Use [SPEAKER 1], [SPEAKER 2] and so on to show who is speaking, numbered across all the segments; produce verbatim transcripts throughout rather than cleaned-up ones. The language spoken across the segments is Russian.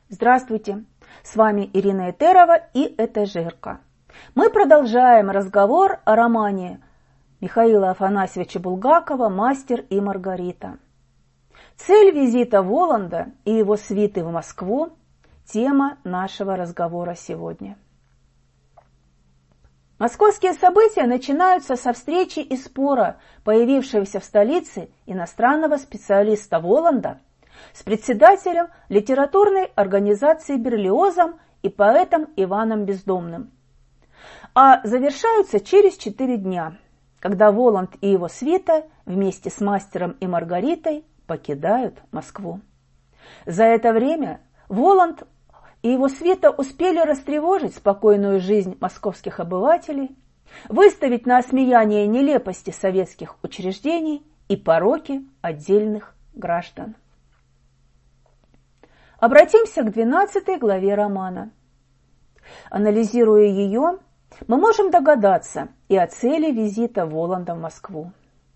[SPEAKER 1] Здравствуйте, с вами Ирина Этерова и Этажерка. Мы продолжаем разговор о романе Михаила Афанасьевича Булгакова «Мастер и Маргарита». Цель визита Воланда и его свиты в Москву – тема нашего разговора сегодня. Московские события начинаются со встречи и спора, появившегося в столице иностранного специалиста Воланда с председателем литературной организации Берлиозом и поэтом Иваном Бездомным. А завершаются через четыре дня, когда Воланд и его свита вместе с мастером и Маргаритой покидают Москву. За это время Воланд и его свита успели растревожить спокойную жизнь московских обывателей, выставить на осмеяние нелепости советских учреждений и пороки отдельных граждан. Обратимся к двенадцатой главе романа. Анализируя ее, мы можем догадаться и о цели визита Воланда в Москву.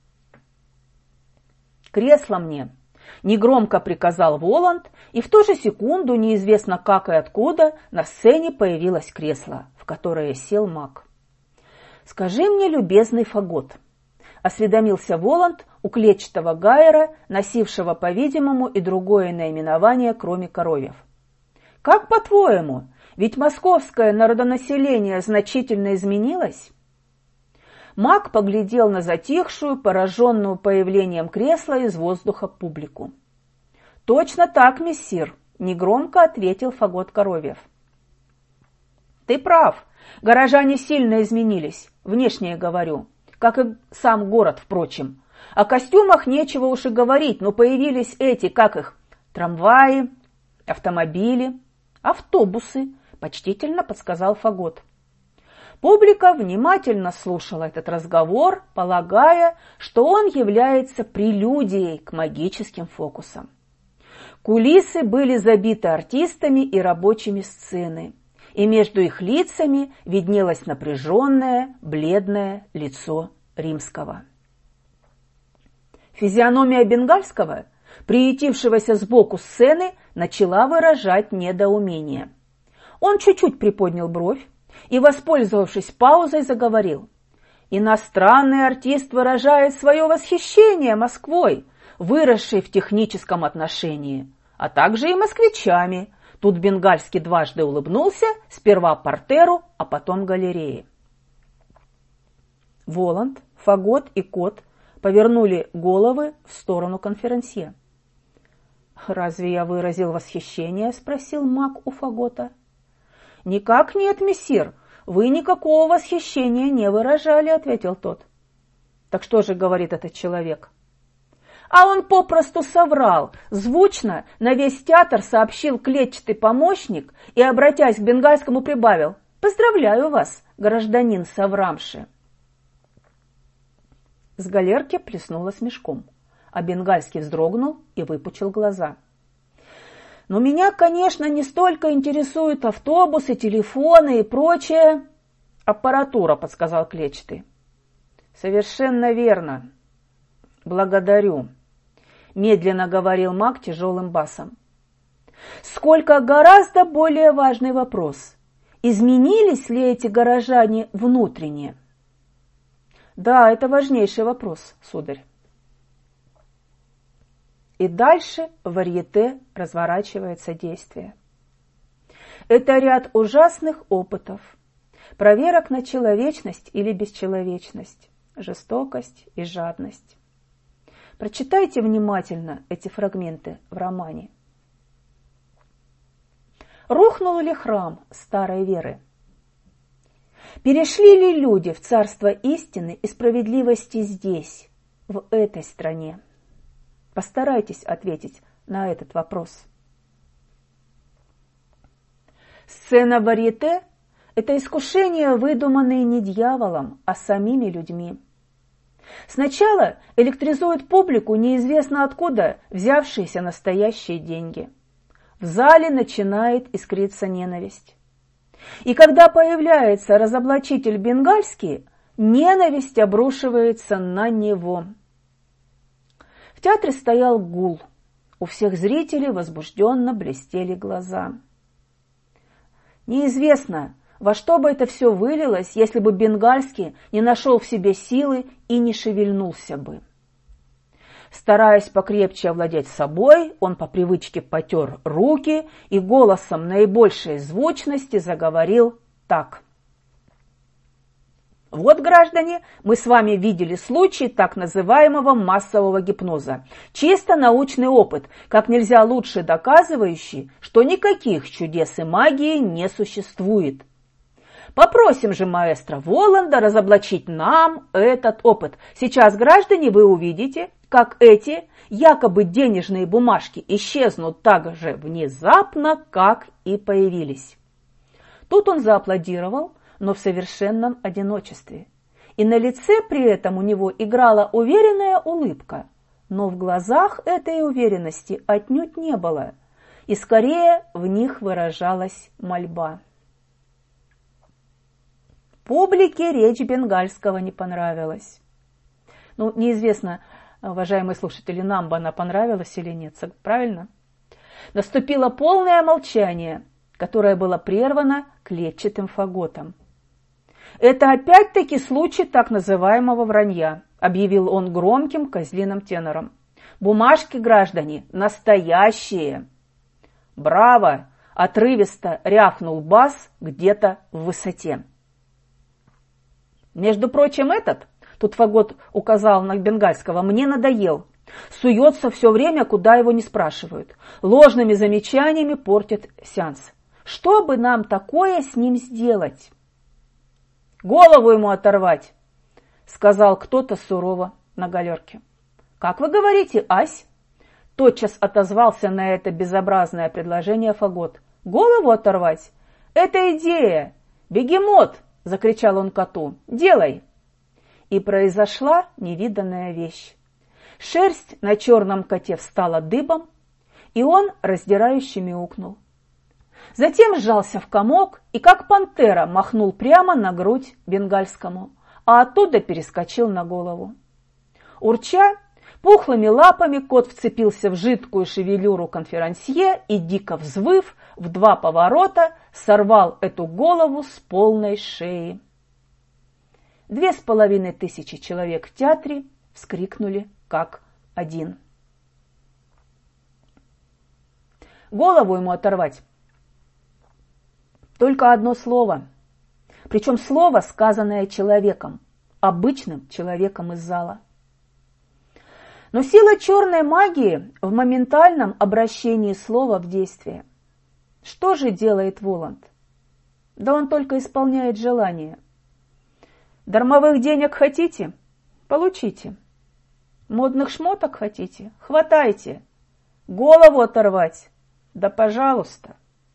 [SPEAKER 1] «Кресло мне!» – негромко приказал Воланд, и в ту же секунду, неизвестно как и откуда, на сцене появилось кресло, в которое сел маг. «Скажи мне, любезный Фагот», – осведомился Воланд у клетчатого гайера, носившего, по-видимому, и другое наименование, кроме коровьев. «Как по-твоему, ведь московское народонаселение значительно изменилось?» Маг поглядел на затихшую, пораженную появлением кресла из воздуха публику. «Точно так, мессир», – негромко ответил Фагот Коровьев. «Ты прав, горожане сильно изменились, внешне говорю, как и сам город, впрочем. О костюмах нечего уж и говорить, но появились эти, как их, трамваи, автомобили, автобусы», – почтительно подсказал Фагот. Публика внимательно слушала этот разговор, полагая, что он является прелюдией к магическим фокусам. Кулисы были забиты артистами и рабочими сцены, и между их лицами виднелось напряженное, бледное лицо Римского. Физиономия Бенгальского, приютившегося сбоку сцены, начала выражать недоумение. Он чуть-чуть приподнял бровь и, воспользовавшись паузой, заговорил. «Иностранный артист выражает свое восхищение Москвой, выросшей в техническом отношении, а также и москвичами». Тут Бенгальский дважды улыбнулся, сперва портеру, а потом галерее. Воланд, Фагот и Кот повернули головы в сторону конферансье. «Разве я выразил восхищение?» – спросил маг у Фагота. «Никак нет, мессир, вы никакого восхищения не выражали», – ответил тот. «Так что же говорит этот человек?» А он попросту соврал, звучно на весь театр сообщил клетчатый помощник и, обратясь к Бенгальскому, прибавил: «Поздравляю вас, гражданин Саврамши». С галерки плеснуло смешком, а Бенгальский вздрогнул и выпучил глаза. «Но меня, конечно, не столько интересуют автобусы, телефоны и прочее...» «Аппаратура», — подсказал клетчатый. «Совершенно верно. Благодарю», — медленно говорил маг тяжелым басом. «Сколько гораздо более важный вопрос. Изменились ли эти горожане внутренне?» «Да, это важнейший вопрос, сударь». И дальше в варьете разворачивается действие. Это ряд ужасных опытов, проверок на человечность или бесчеловечность, жестокость и жадность. Прочитайте внимательно эти фрагменты в романе. Рухнул ли храм старой веры? Перешли ли люди в царство истины и справедливости здесь, в этой стране? Постарайтесь ответить на этот вопрос. Сцена варьете – это искушения, выдуманные не дьяволом, а самими людьми. Сначала электризуют публику неизвестно откуда взявшиеся настоящие деньги. В зале начинает искриться ненависть. И когда появляется разоблачитель Бенгальский, ненависть обрушивается на него. В театре стоял гул. У всех зрителей возбужденно блестели глаза. Неизвестно, во что бы это все вылилось, если бы Бенгальский не нашел в себе силы и не шевельнулся бы. Стараясь покрепче овладеть собой, он по привычке потер руки и голосом наибольшей звучности заговорил так. Вот, граждане, мы с вами видели случай так называемого массового гипноза. Чисто научный опыт, как нельзя лучше доказывающий, что никаких чудес и магии не существует. Попросим же маэстро Воланда разоблачить нам этот опыт. Сейчас, граждане, вы увидите, как эти якобы денежные бумажки исчезнут так же внезапно, как и появились. Тут он зааплодировал, но в совершенном одиночестве. И на лице при этом у него играла уверенная улыбка, но в глазах этой уверенности отнюдь не было, и скорее в них выражалась мольба. Публике речь Бенгальского не понравилась. Ну, неизвестно, уважаемые слушатели, нам бы она понравилась или нет, правильно? Наступило полное молчание, которое было прервано клетчатым фаготом. «Это опять-таки случай так называемого вранья», объявил он громким козлиным тенором. «Бумажки, граждане, настоящие!» «Браво!» – отрывисто рявкнул бас где-то в высоте. «Между прочим, этот, тут фагот указал на Бенгальского, мне надоел. Суется все время, куда его не спрашивают. Ложными замечаниями портит сеанс. Что бы нам такое с ним сделать?» «Голову ему оторвать», — сказал кто-то сурово на галерке. «Как вы говорите, ась?» Тотчас отозвался на это безобразное предложение фагот. «Голову оторвать? Это идея! Бегемот!» — закричал он коту. «Делай!» И произошла невиданная вещь. Шерсть на черном коте встала дыбом, и он раздирающе мяукнул. Затем сжался в комок и, как пантера, махнул прямо на грудь Бенгальскому, а оттуда перескочил на голову. Урча, пухлыми лапами кот вцепился в жидкую шевелюру конферансье и, дико взвыв, в два поворота сорвал эту голову с полной шеи. Две с половиной тысячи человек в театре вскрикнули как один. Голову ему оторвать. Только одно слово, причем слово, сказанное человеком, обычным человеком из зала. Но сила черной магии в моментальном обращении слова в действие. Что же делает Воланд? Да он только исполняет желание. Дармовых денег хотите? Получите. Модных шмоток хотите? Хватайте. Голову оторвать? Да пожалуйста.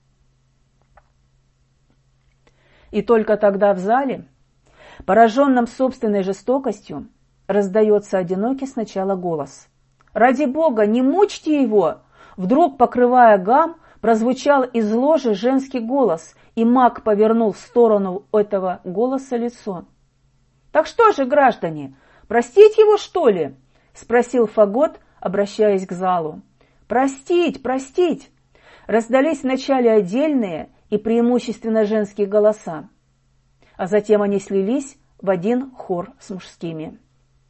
[SPEAKER 1] И только тогда в зале, пораженном собственной жестокостью, раздается одинокий сначала голос. «Ради Бога, не мучьте его!» Вдруг, покрывая гам, прозвучал из ложи женский голос, и маг повернул в сторону этого голоса лицо. «Так что же, граждане, простить его, что ли?» — спросил фагот, обращаясь к залу. «Простить, простить!» Раздались вначале отдельные и преимущественно женские голоса, а затем они слились в один хор с мужскими.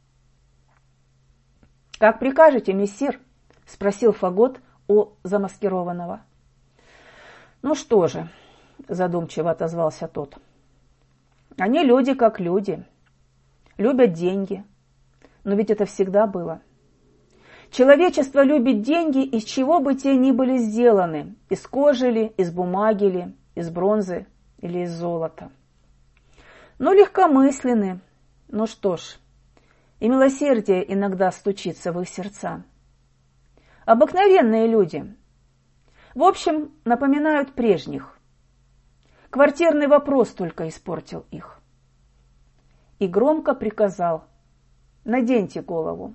[SPEAKER 1] «Как прикажете, мессир?» — спросил фагот у замаскированного. «Ну что же», — задумчиво отозвался тот, — «они люди как люди, любят деньги, но ведь это всегда было. Человечество любит деньги, из чего бы те ни были сделаны, из кожи ли, из бумаги ли, из бронзы или из золота. Ну, легкомысленны, ну что ж, и милосердие иногда стучится в их сердца. Обыкновенные люди, в общем, напоминают прежних. Квартирный вопрос только испортил их». И громко приказал: «Наденьте голову».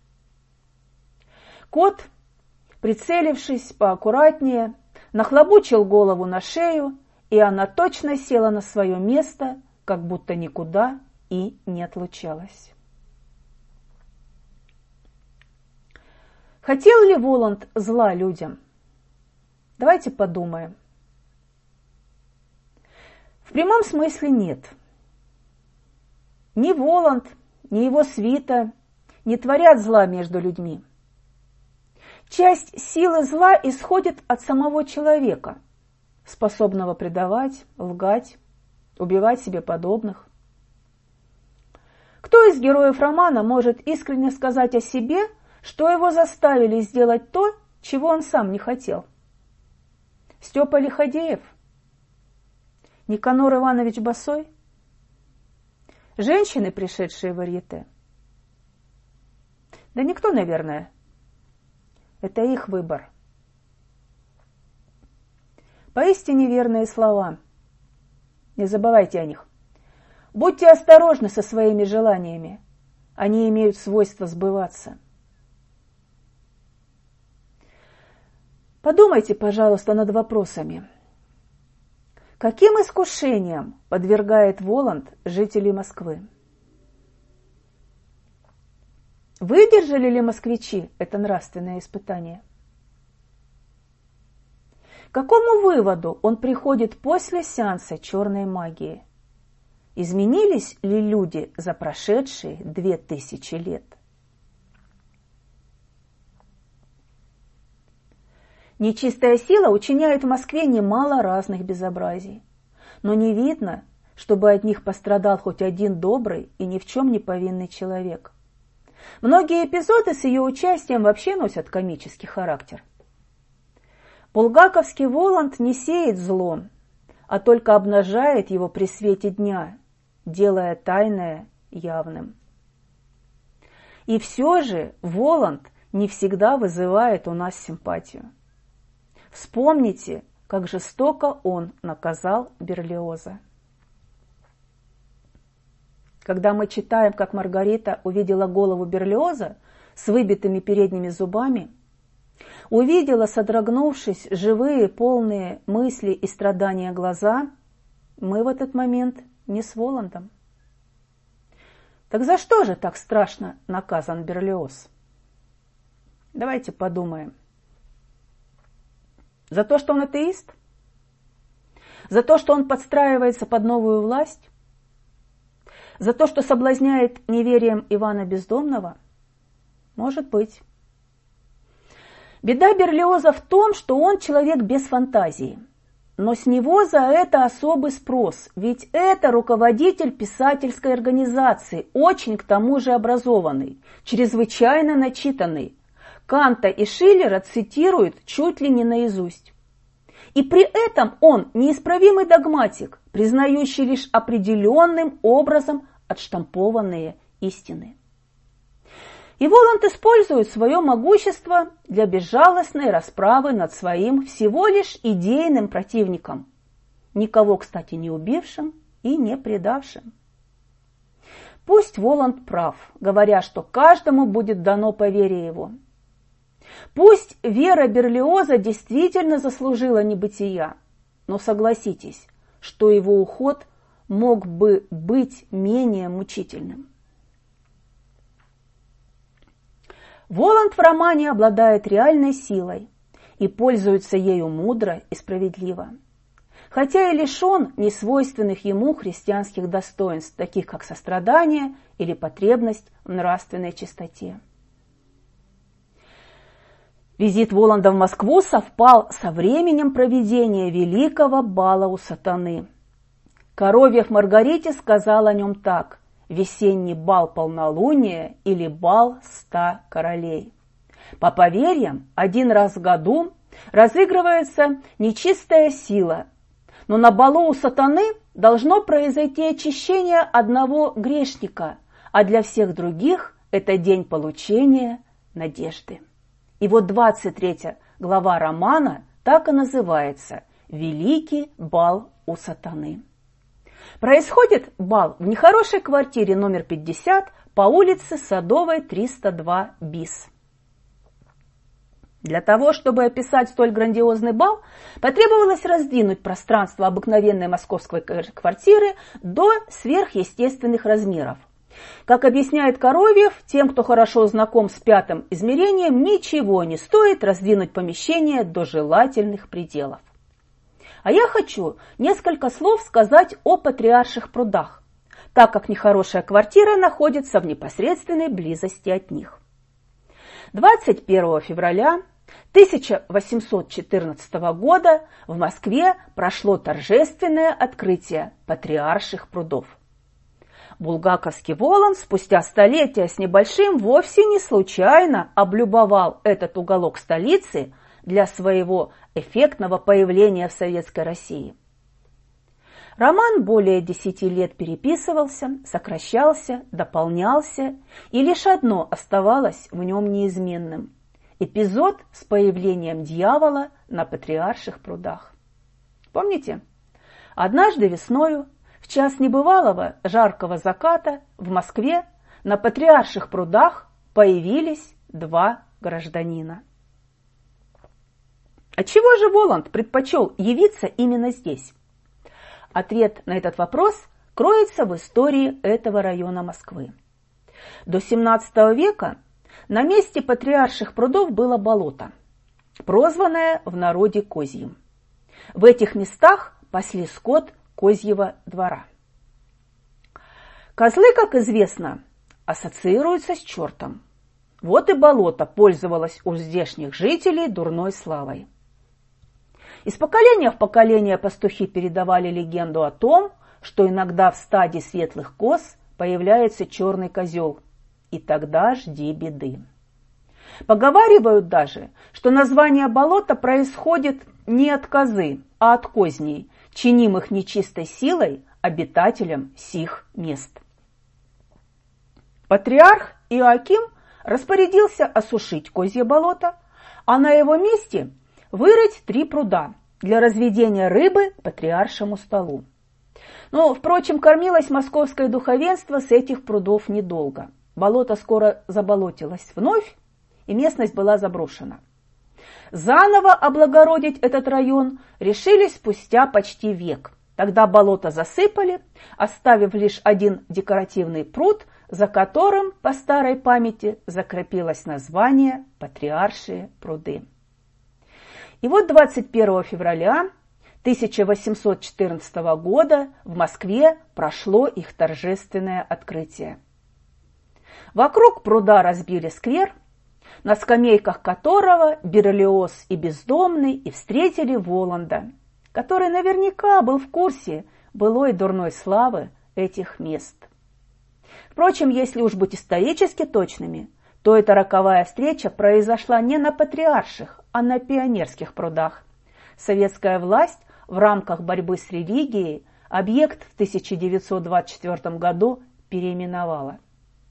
[SPEAKER 1] Кот, прицелившись поаккуратнее, нахлобучил голову на шею, и она точно села на свое место, как будто никуда и не отлучалась. Хотел ли Воланд зла людям? Давайте подумаем. В прямом смысле нет. Ни Воланд, ни его свита не творят зла между людьми. Часть силы зла исходит от самого человека, способного предавать, лгать, убивать себе подобных. Кто из героев романа может искренне сказать о себе, что его заставили сделать то, чего он сам не хотел? Степа Лиходеев? Никанор Иванович Босой? Женщины, пришедшие в варьете? Да никто, наверное. Это их выбор. Поистине верные слова. Не забывайте о них. Будьте осторожны со своими желаниями. Они имеют свойство сбываться. Подумайте, пожалуйста, над вопросами. Каким искушениям подвергает Воланд жителей Москвы? Выдержали ли москвичи это нравственное испытание? К какому выводу он приходит после сеанса черной магии? Изменились ли люди за прошедшие две тысячи лет? Нечистая сила учиняет в Москве немало разных безобразий, но не видно, чтобы от них пострадал хоть один добрый и ни в чем не повинный человек. Многие эпизоды с ее участием вообще носят комический характер. Булгаковский Воланд не сеет зло, а только обнажает его при свете дня, делая тайное явным. И все же Воланд не всегда вызывает у нас симпатию. Вспомните, как жестоко он наказал Берлиоза. Когда мы читаем, как Маргарита увидела голову Берлиоза с выбитыми передними зубами, увидела, содрогнувшись, живые, полные мысли и страдания глаза, мы в этот момент не с Воландом. Так за что же так страшно наказан Берлиоз? Давайте подумаем. За то, что он атеист? За то, что он подстраивается под новую власть? За то, что соблазняет неверием Ивана Бездомного? Может быть. Беда Берлиоза в том, что он человек без фантазии. Но с него за это особый спрос, ведь это руководитель писательской организации, очень к тому же образованный, чрезвычайно начитанный. Канта и Шиллера цитирует чуть ли не наизусть. И при этом он неисправимый догматик, признающий лишь определенным образом отштампованные истины. И Воланд использует свое могущество для безжалостной расправы над своим всего лишь идейным противником, никого, кстати, не убившим и не предавшим. Пусть Воланд прав, говоря, что каждому будет дано по вере его. Пусть вера Берлиоза действительно заслужила небытия, но согласитесь, что его уход мог бы быть менее мучительным. Воланд в романе обладает реальной силой и пользуется ею мудро и справедливо, хотя и лишен несвойственных ему христианских достоинств, таких как сострадание или потребность в нравственной чистоте. Визит Воланда в Москву совпал со временем проведения великого бала у сатаны. Коровьев Маргарите сказал о нем так: «Весенний бал полнолуния или бал ста королей». По поверьям, один раз в году разыгрывается нечистая сила, но на балу у сатаны должно произойти очищение одного грешника, а для всех других это день получения надежды. И вот двадцать третья глава романа так и называется «Великий бал у сатаны». Происходит бал в нехорошей квартире номер пятьдесят по улице Садовой, триста два bis. Для того, чтобы описать столь грандиозный бал, потребовалось раздвинуть пространство обыкновенной московской квартиры до сверхъестественных размеров. Как объясняет Коровьев, тем, кто хорошо знаком с пятым измерением, ничего не стоит раздвинуть помещение до желательных пределов. А я хочу несколько слов сказать о Патриарших прудах, так как нехорошая квартира находится в непосредственной близости от них. двадцать первого февраля тысяча восемьсот четырнадцатого года в Москве прошло торжественное открытие Патриарших прудов. Булгаковский Воланд спустя столетия с небольшим вовсе не случайно облюбовал этот уголок столицы для своего эффектного появления в Советской России. Роман более десяти лет переписывался, сокращался, дополнялся, и лишь одно оставалось в нем неизменным – эпизод с появлением дьявола на Патриарших прудах. Помните? Однажды весною, в час небывалого жаркого заката, в Москве на Патриарших прудах появились два гражданина. Отчего же Воланд предпочел явиться именно здесь? Ответ на этот вопрос кроется в истории этого района Москвы. До семнадцатого века на месте Патриарших прудов было болото, прозванное в народе Козьим. В этих местах пасли скот Козьего двора. Козлы, как известно, ассоциируются с чертом. Вот и болото пользовалось у здешних жителей дурной славой. Из поколения в поколение пастухи передавали легенду о том, что иногда в стаде светлых коз появляется черный козел, и тогда жди беды. Поговаривают даже, что название болота происходит не от козы, а от козней, чинимых нечистой силой обитателям сих мест. Патриарх Иоаким распорядился осушить Козье болото, а на его месте вырыть три пруда для разведения рыбы патриаршему столу. Но, впрочем, кормилось московское духовенство с этих прудов недолго. Болото скоро заболотилось вновь, и местность была заброшена. Заново облагородить этот район решили спустя почти век. Тогда болото засыпали, оставив лишь один декоративный пруд, за которым, по старой памяти, закрепилось название «Патриаршие пруды». И вот двадцать первого февраля тысяча восемьсот четырнадцатого года в Москве прошло их торжественное открытие. Вокруг пруда разбили сквер, на скамейках которого Берлиоз и Бездомный и встретили Воланда, который наверняка был в курсе былой дурной славы этих мест. Впрочем, если уж быть исторически точными, то эта роковая встреча произошла не на Патриарших, а на Пионерских прудах. Советская власть в рамках борьбы с религией объект в тысяча девятьсот двадцать четвёртом году переименовала.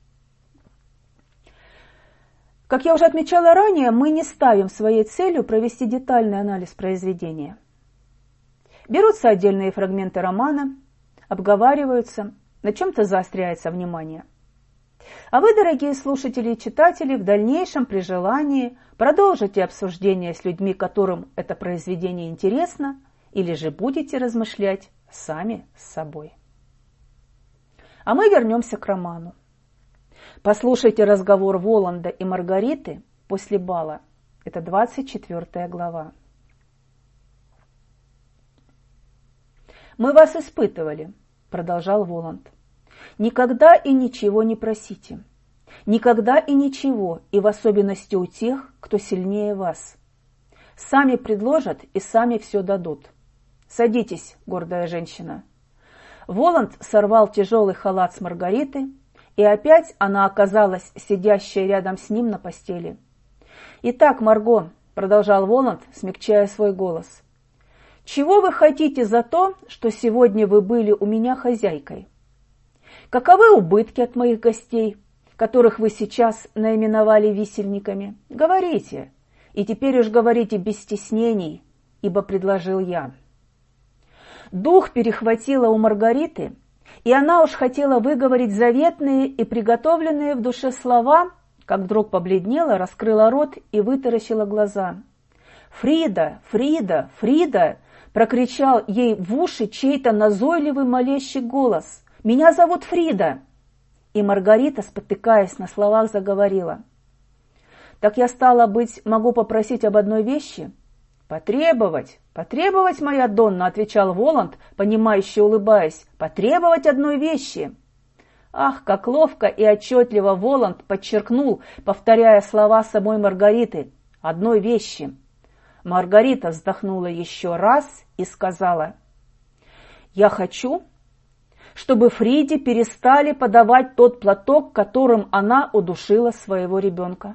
[SPEAKER 1] Как я уже отмечала ранее, мы не ставим своей целью провести детальный анализ произведения. Берутся отдельные фрагменты романа, обговариваются, на чем-то заостряется внимание. А вы, дорогие слушатели и читатели, в дальнейшем при желании продолжите обсуждение с людьми, которым это произведение интересно, или же будете размышлять сами с собой. А мы вернемся к роману. Послушайте разговор Воланда и Маргариты после бала. Это двадцать четвёртая глава. «Мы вас испытывали», — продолжал Воланд. «Никогда и ничего не просите. Никогда и ничего, и в особенности у тех, кто сильнее вас. Сами предложат и сами все дадут. Садитесь, гордая женщина». Воланд сорвал тяжелый халат с Маргариты, и опять она оказалась сидящей рядом с ним на постели. «Итак, Марго», — продолжал Воланд, смягчая свой голос, — «чего вы хотите за то, что сегодня вы были у меня хозяйкой? Каковы убытки от моих гостей, которых вы сейчас наименовали висельниками? Говорите, и теперь уж говорите без стеснений, ибо предложил я». Дух перехватило у Маргариты, и она уж хотела выговорить заветные и приготовленные в душе слова, как вдруг побледнела, раскрыла рот и вытаращила глаза. «Фрида! Фрида! Фрида!» — прокричал ей в уши чей-то назойливый молящий голос. «Меня зовут Фрида!» И Маргарита, спотыкаясь на словах, заговорила. «Так я, стало быть, могу попросить об одной вещи?» «Потребовать, потребовать, моя Донна», — отвечал Воланд, понимающе улыбаясь, — «потребовать одной вещи». Ах, как ловко и отчетливо Воланд подчеркнул, повторяя слова самой Маргариты, «одной вещи». Маргарита вздохнула еще раз и сказала, «Я хочу, чтобы Фриде перестали подавать тот платок, которым она удушила своего ребенка».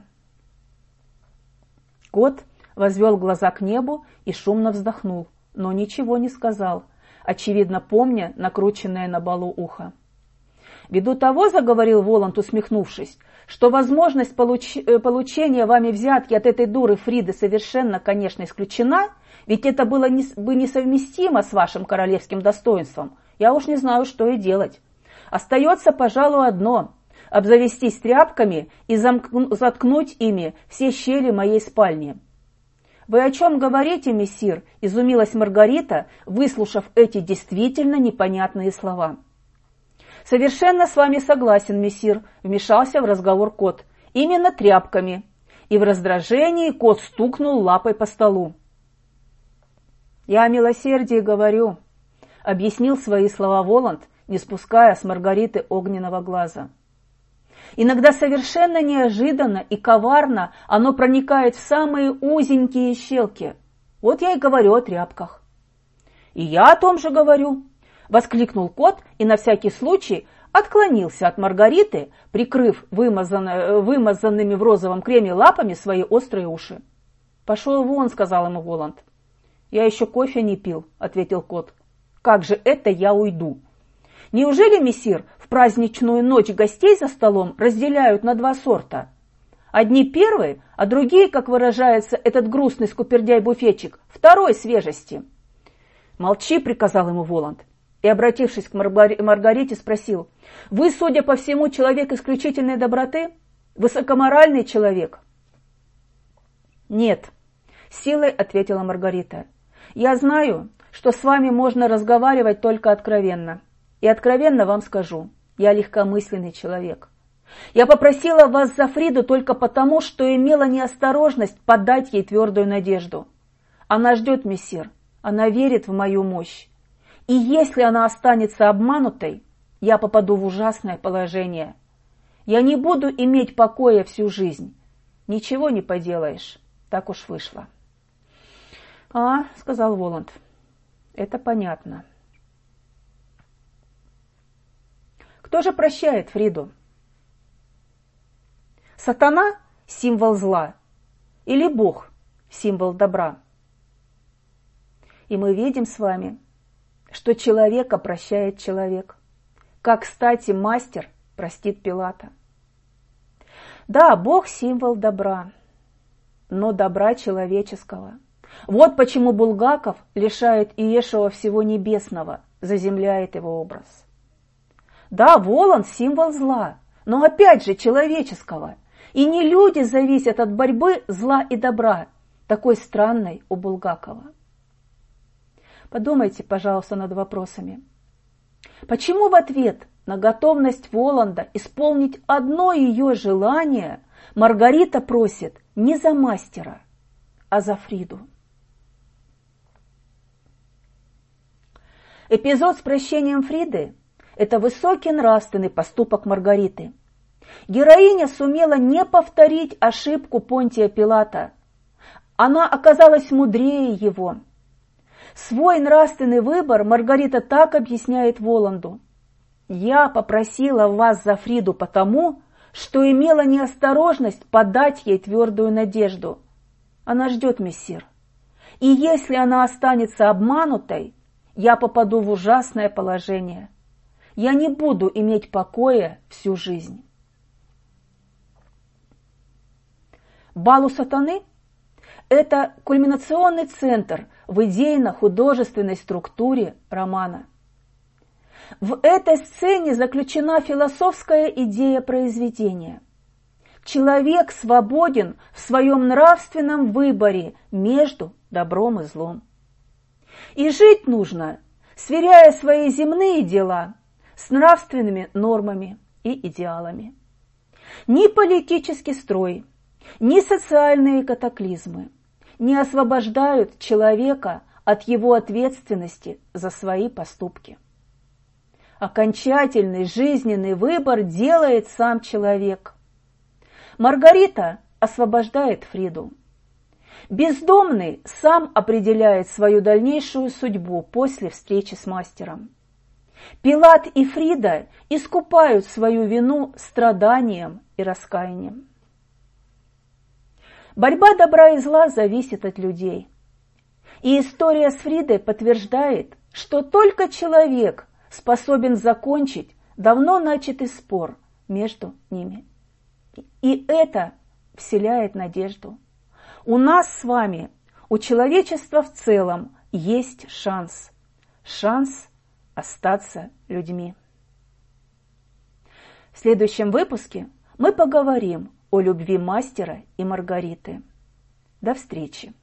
[SPEAKER 1] Кот возвел глаза к небу и шумно вздохнул, но ничего не сказал, очевидно помня накрученное на балу ухо. «Ввиду того, — заговорил Воланд, усмехнувшись, — что возможность получ... получения вами взятки от этой дуры Фриды совершенно, конечно, исключена, ведь это было не... бы несовместимо с вашим королевским достоинством, я уж не знаю, что и делать. Остается, пожалуй, одно — обзавестись тряпками и замк... заткнуть ими все щели моей спальни». «Вы о чем говорите, мессир?» – изумилась Маргарита, выслушав эти действительно непонятные слова. «Совершенно с вами согласен, мессир», – вмешался в разговор кот. «Именно тряпками». И в раздражении кот стукнул лапой по столу. «Я о милосердии говорю», – объяснил свои слова Воланд, не спуская с Маргариты огненного глаза. «Иногда совершенно неожиданно и коварно оно проникает в самые узенькие щелки. Вот я и говорю о тряпках». «И я о том же говорю», — воскликнул кот и на всякий случай отклонился от Маргариты, прикрыв вымазанно, вымазанными в розовом креме лапами свои острые уши. «Пошел вон», — сказал ему Воланд. «Я еще кофе не пил», — ответил кот. «Как же это я уйду? Неужели, мессир, в праздничную ночь гостей за столом разделяют на два сорта? Одни первые, а другие, как выражается этот грустный скупердяй-буфетчик, второй свежести». «Молчи», — приказал ему Воланд, и, обратившись к Маргарите, спросил, «Вы, судя по всему, человек исключительной доброты? Высокоморальный человек?» «Нет», — силой ответила Маргарита. «Я знаю, что с вами можно разговаривать только откровенно. И откровенно вам скажу, я легкомысленный человек. Я попросила вас за Фриду только потому, что имела неосторожность подать ей твердую надежду. Она ждет, мессир, она верит в мою мощь. И если она останется обманутой, я попаду в ужасное положение. Я не буду иметь покоя всю жизнь. Ничего не поделаешь, так уж вышло». «А, — сказал Воланд, — это понятно. Кто же прощает Фриду? Сатана – символ зла или Бог – символ добра? И мы видим с вами, что человека прощает человек, как, кстати, мастер простит Пилата. Да, Бог – символ добра, но добра человеческого. Вот почему Булгаков лишает Иешуа всего небесного, заземляет его образ. Да, Воланд – символ зла, но опять же человеческого. И не люди зависят от борьбы зла и добра, такой странной у Булгакова. Подумайте, пожалуйста, над вопросами. Почему в ответ на готовность Воланда исполнить одно ее желание Маргарита просит не за мастера, а за Фриду? Эпизод с прощением Фриды – это высокий нравственный поступок Маргариты. Героиня сумела не повторить ошибку Понтия Пилата. Она оказалась мудрее его. Свой нравственный выбор Маргарита так объясняет Воланду. «Я попросила вас за Фриду потому, что имела неосторожность подать ей твердую надежду. Она ждет, мессир. И если она останется обманутой, я попаду в ужасное положение. Я не буду иметь покоя всю жизнь». Бал у сатаны – это кульминационный центр в идейно-художественной структуре романа. В этой сцене заключена философская идея произведения. Человек свободен в своем нравственном выборе между добром и злом. И жить нужно, сверяя свои земные дела с нравственными нормами, и идеалами. Ни политический строй, ни социальные катаклизмы не освобождают человека от его ответственности за свои поступки. Окончательный жизненный выбор делает сам человек. Маргарита освобождает Фриду. Бездомный сам определяет свою дальнейшую судьбу после встречи с мастером. Пилат и Фрида искупают свою вину страданием и раскаянием. Борьба добра и зла зависит от людей. И история с Фридой подтверждает, что только человек способен закончить давно начатый спор между ними. И это вселяет надежду. У нас с вами, у человечества в целом есть шанс. Шанс остаться людьми. В следующем выпуске мы поговорим о любви мастера и Маргариты. До встречи!